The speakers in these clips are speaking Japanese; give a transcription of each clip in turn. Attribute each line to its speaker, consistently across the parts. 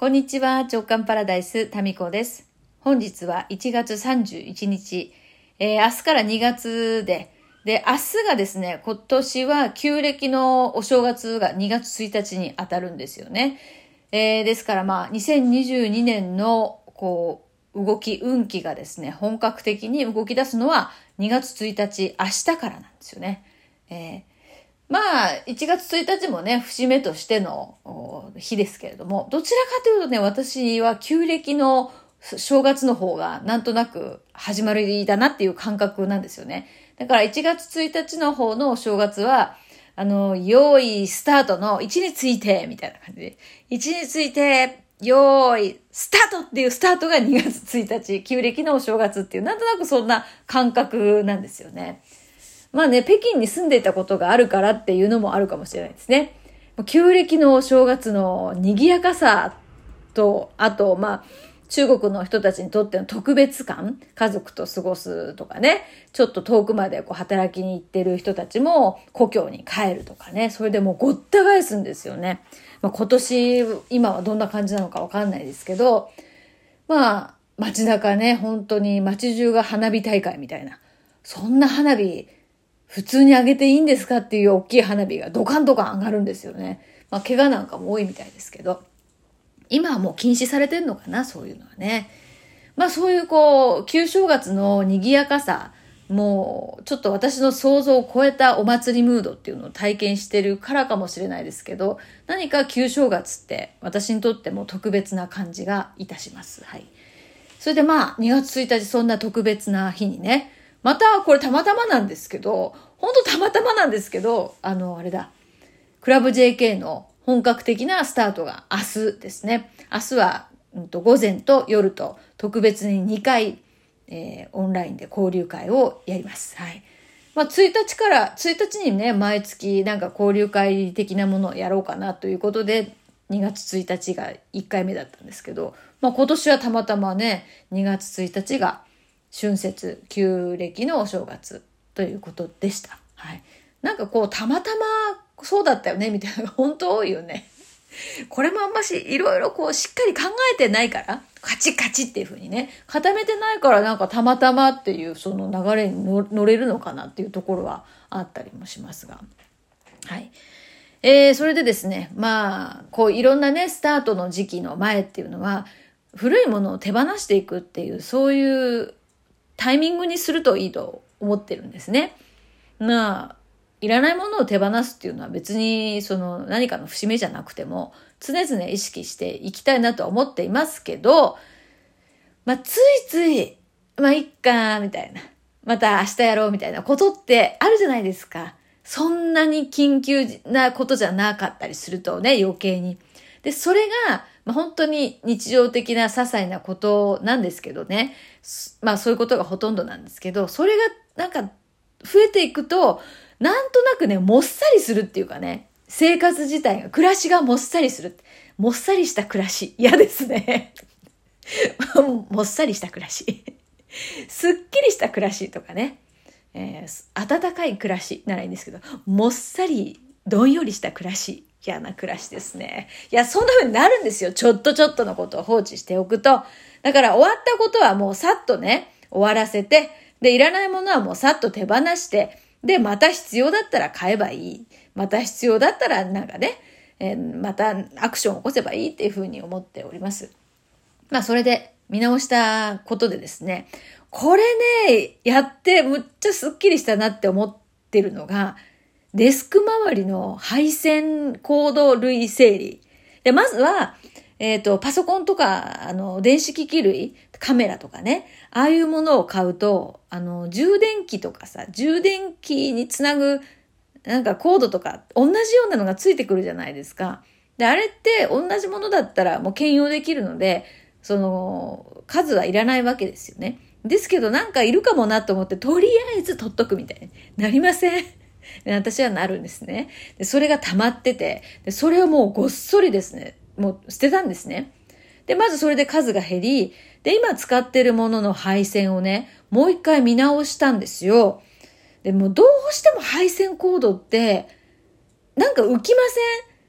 Speaker 1: こんにちは、直感パラダイス、タミコです。本日は1月31日、明日から2月で、明日がですね、今年は旧暦のお正月が2月1日に当たるんですよね。ですから2022年の動き、運気がですね、本格的に動き出すのは2月1日、明日からなんですよね。1月1日もね、節目としての日ですけれども、どちらかというとね、私は旧暦の正月の方がなんとなく始まりだなっていう感覚なんですよね。だから1月1日の方のお正月は、用意スタートの位置について、みたいな感じで、位置について、用意スタートっていうスタートが2月1日、旧暦のお正月っていう、なんとなくそんな感覚なんですよね。北京に住んでいたことがあるからっていうのもあるかもしれないですね。旧暦のお正月の賑やかさと、あと、中国の人たちにとっての特別感、家族と過ごすとかね、ちょっと遠くまで働きに行ってる人たちも故郷に帰るとかね、それでもうごった返すんですよね。今年、今はどんな感じなのかわかんないですけど、街中ね、本当に街中が花火大会みたいな、そんな花火、普通に上げていいんですかっていう大きい花火がドカンドカン上がるんですよね。怪我なんかも多いみたいですけど、今はもう禁止されてんのかな、そういうのはね。そういう旧正月の賑やかさ、もうちょっと私の想像を超えたお祭りムードっていうのを体験してるからかもしれないですけど、何か旧正月って私にとっても特別な感じがいたします。はい。それで2月1日そんな特別な日にね、またこれたまたまなんですけど、本当たまたまなんですけど、クラブ JK の本格的なスタートが明日ですね。明日は、午前と夜と特別に2回、オンラインで交流会をやります。はい。1日にね、毎月交流会的なものをやろうかなということで、2月1日が1回目だったんですけど、今年はたまたまね、2月1日が春節、旧暦のお正月ということでした。はい。たまたまそうだったよね、みたいなのが本当多いよね。これもあんましいろいろしっかり考えてないから、カチカチっていう風にね、固めてないからたまたまっていうその流れに乗れるのかなっていうところはあったりもしますが。はい。それでですね、いろんなね、スタートの時期の前っていうのは、古いものを手放していくっていう、そういうタイミングにするといいと思ってるんですね。いらないものを手放すっていうのは別に何かの節目じゃなくても常々意識していきたいなとは思っていますけど、ついつい、いっか、みたいな。また明日やろうみたいなことってあるじゃないですか。そんなに緊急なことじゃなかったりするとね、余計に。で、それが、本当に日常的な些細なことなんですけどね。そういうことがほとんどなんですけど、それが増えていくと、なんとなくね、もっさりするっていうかね、生活自体が、暮らしがもっさりする。もっさりした暮らし。嫌ですね。もっさりした暮らし。すっきりした暮らしとかね。暖かい暮らしならいいんですけど、もっさりどんよりした暮らし。嫌な暮らしですね。いや、そんな風になるんですよ。ちょっとのことを放置しておくと。だから終わったことはもうさっとね、終わらせて、で、いらないものはもうさっと手放して、で、また必要だったら買えばいい。また必要だったらまたアクションを起こせばいいっていう風に思っております。それで見直したことでですね、これね、やってむっちゃスッキリしたなって思ってるのが、デスク周りの配線コード類整理。で、まずは、パソコンとか、電子機器類、カメラとかね、ああいうものを買うと、充電器とかさ、充電器につなぐ、コードとか、同じようなのがついてくるじゃないですか。で、あれって同じものだったらもう兼用できるので、数はいらないわけですよね。ですけどいるかもなと思って、とりあえず取っとくみたいになりません？で、私はなるんですね。で、それが溜まってて、で、それをもうごっそりですね、もう捨てたんですね。で、まずそれで数が減り、で、今使ってるものの配線をね、もう一回見直したんですよ。で、もうどうしても配線コードって、浮きま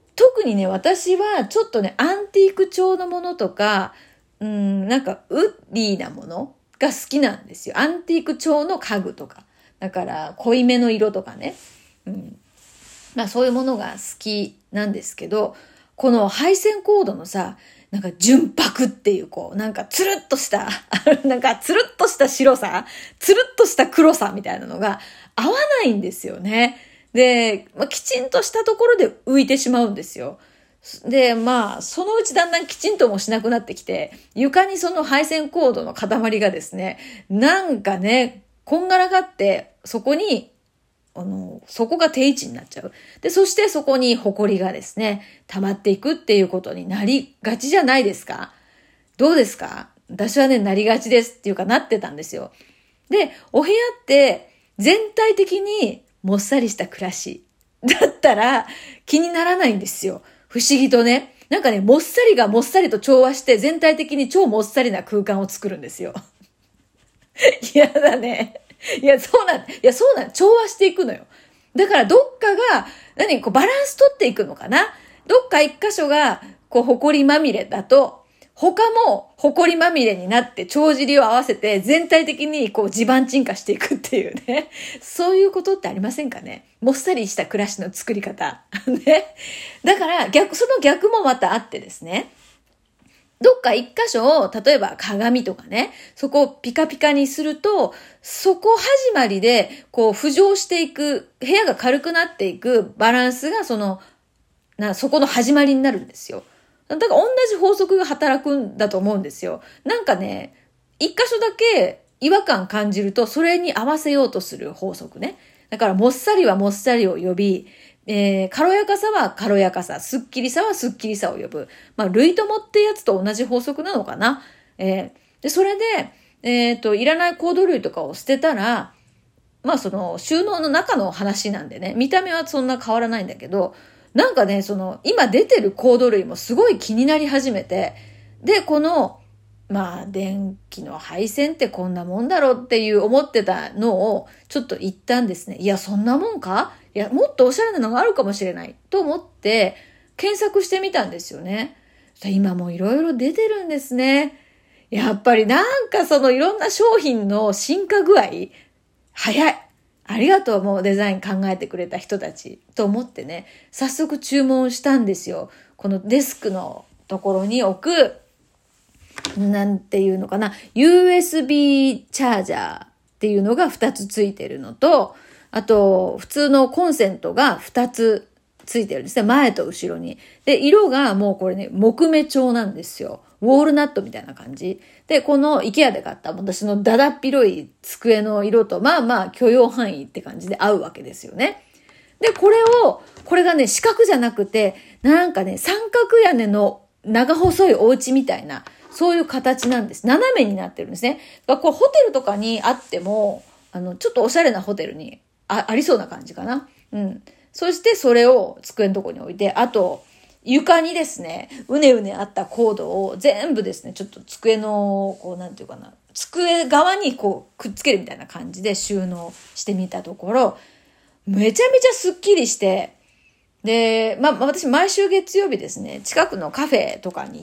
Speaker 1: 特にね、私はちょっとね、アンティーク調のものとか、なんかウッディなものが好きなんですよ。アンティーク調の家具とか。だから濃いめの色とかね。まあそういうものが好きなんですけど、この配線コードのさ、なんか純白っていうなんかつるっとした、なんかつるっとした白さ、つるっとした黒さみたいなのが合わないんですよね。で、きちんとしたところで浮いてしまうんですよ。で、そのうちだんだんきちんともしなくなってきて、床にその配線コードの塊がですね、なんかね、こんがらがって、そこにそこが定位置になっちゃう。で、そしてそこに埃がですね、溜まっていくっていうことになりがちじゃないですか？どうですか？私はね、なりがちですっていうかなってたんですよ。で、お部屋って全体的にもっさりした暮らしだったら気にならないんですよ。不思議とね。なんかね、もっさりがもっさりと調和して全体的に超もっさりな空間を作るんですよ。嫌だね。そうなん、調和していくのよ。だからどっかが、バランス取っていくのかな？どっか一箇所が、埃まみれだと、他も埃まみれになって帳尻を合わせて全体的に地盤沈下していくっていうね。そういうことってありませんかね？もっさりした暮らしの作り方。ね。だからその逆もまたあってですね。どっか一箇所を、例えば鏡とかね、そこをピカピカにすると、そこ始まりで、浮上していく、部屋が軽くなっていくバランスがそこの始まりになるんですよ。だから同じ法則が働くんだと思うんですよ。なんかね、一箇所だけ違和感感じると、それに合わせようとする法則ね。だから、もっさりはもっさりを呼び、軽やかさは軽やかさ、すっきりさはすっきりさを呼ぶ。類友ってやつと同じ法則なのかな。で、それで、いらないコード類とかを捨てたら、その収納の中の話なんでね、見た目はそんな変わらないんだけど、なんかね、今出てるコード類もすごい気になり始めて、で、電気の配線ってこんなもんだろうっていう思ってたのを、ちょっと一旦ですね、いや、そんなもんか？いや、もっとおしゃれなのがあるかもしれないと思って、検索してみたんですよね。今もいろいろ出てるんですね。やっぱりなんかいろんな商品の進化具合、早い。ありがとう、もうデザイン考えてくれた人たちと思ってね、早速注文したんですよ。このデスクのところに置く、なんていうのかな、USB チャージャーっていうのが2つついてるのと、あと、普通のコンセントが2つついてるんですね。前と後ろに。で、色がもうこれね、木目調なんですよ。ウォールナットみたいな感じ。で、この IKEA で買った私のだだっ広い机の色と、許容範囲って感じで合うわけですよね。で、これがね、四角じゃなくて、なんかね、三角屋根の長細いお家みたいな、そういう形なんです。斜めになってるんですね。だからこれホテルとかにあっても、ちょっとおしゃれなホテルにありそうな感じかな。そしてそれを机のとこに置いて、あと、床にですね、うねうねあったコードを全部ですね、ちょっと机の、なんていうかな、机側にくっつけるみたいな感じで収納してみたところ、めちゃめちゃスッキリして、で、私毎週月曜日ですね、近くのカフェとかに行って、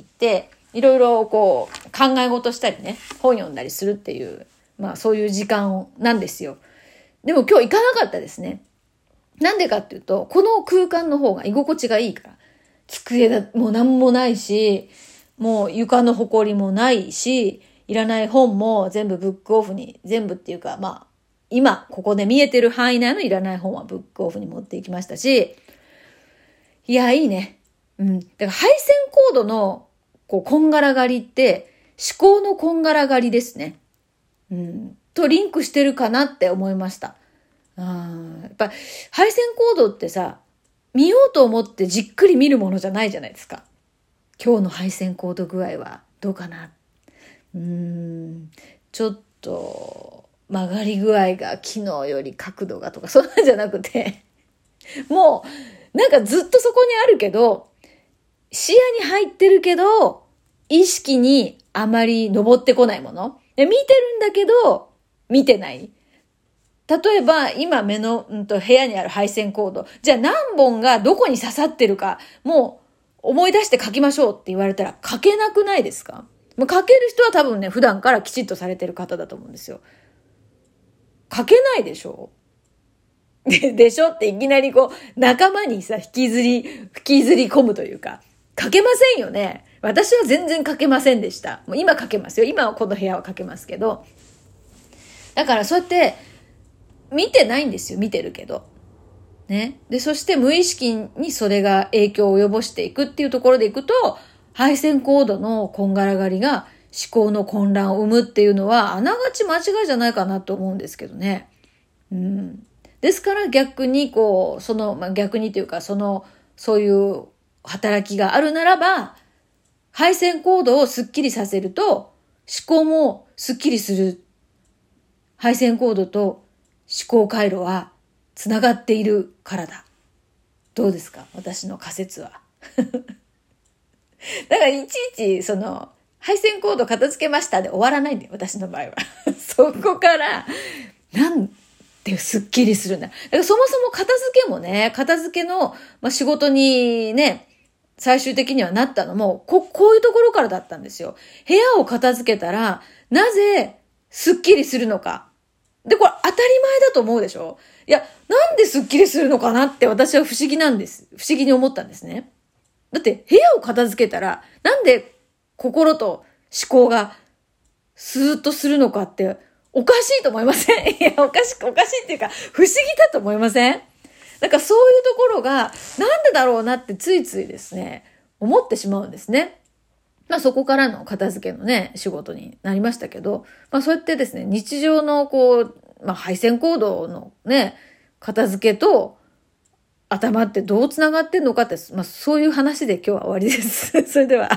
Speaker 1: いろいろ考え事したりね、本読んだりするっていう、そういう時間なんですよ。でも今日行かなかったですね。なんでかっていうと、この空間の方が居心地がいいから。机だ、もうなんもないし、もう床の埃もないし、いらない本も全部ブックオフに、全部っていうか、今ここで見えてる範囲内のいらない本はブックオフに持っていきましたし、いや、いいね。だから配線コードのこんがらがりって思考のこんがらがりですね。とリンクしてるかなって思いました。やっぱ配線コードってさ、見ようと思ってじっくり見るものじゃないじゃないですか。今日の配線コード具合はどうかな。ちょっと曲がり具合が昨日より角度がとかそんなんじゃなくて、もうなんかずっとそこにあるけど、視野に入ってるけど、意識にあまり登ってこないもの。で見てるんだけど、見てない。 例えば今目の、部屋にある配線コード、じゃあ何本がどこに刺さってるか、もう思い出して書きましょうって言われたら書けなくないですか？もう書ける人は多分ね、普段からきちっとされてる方だと思うんですよ。書けないでしょでしょっていきなりこう、仲間にさ、引きずり込むというか、書けませんよね。私は全然書けませんでした。もう今書けますよ。今はこの部屋は書けますけど。だからそうやって、見てないんですよ。見てるけど。ね。で、そして無意識にそれが影響を及ぼしていくっていうところでいくと、配線コードのこんがらがりが思考の混乱を生むっていうのは、あながち間違いじゃないかなと思うんですけどね。ですから逆にこう、逆にというか、そういう働きがあるならば、配線コードをスッキリさせると、思考もスッキリする。配線コードと思考回路はつながっているからだ。どうですか？私の仮説は。だからいちいち配線コード片付けましたで終わらないんだよ、私の場合は。そこから、なんてスッキリするんだ。だからそもそも片付けもね、片付けの、仕事にね、最終的にはなったのも、こういうところからだったんですよ。部屋を片付けたら、なぜスッキリするのか。で、これ当たり前だと思うでしょ？いや、なんでスッキリするのかなって私は不思議に思ったんですね。だって部屋を片付けたら、なんで心と思考がスーッとするのかっておかしいと思いません？いや、おかしいっていうか、不思議だと思いません？なんかそういうところが、なんでだろうなってついついですね、思ってしまうんですね。そこからの片付けのね、仕事になりましたけど、そうやってですね、日常の配線コードのね、片付けと頭ってどうつながってんのかって、そういう話で今日は終わりです。それでは。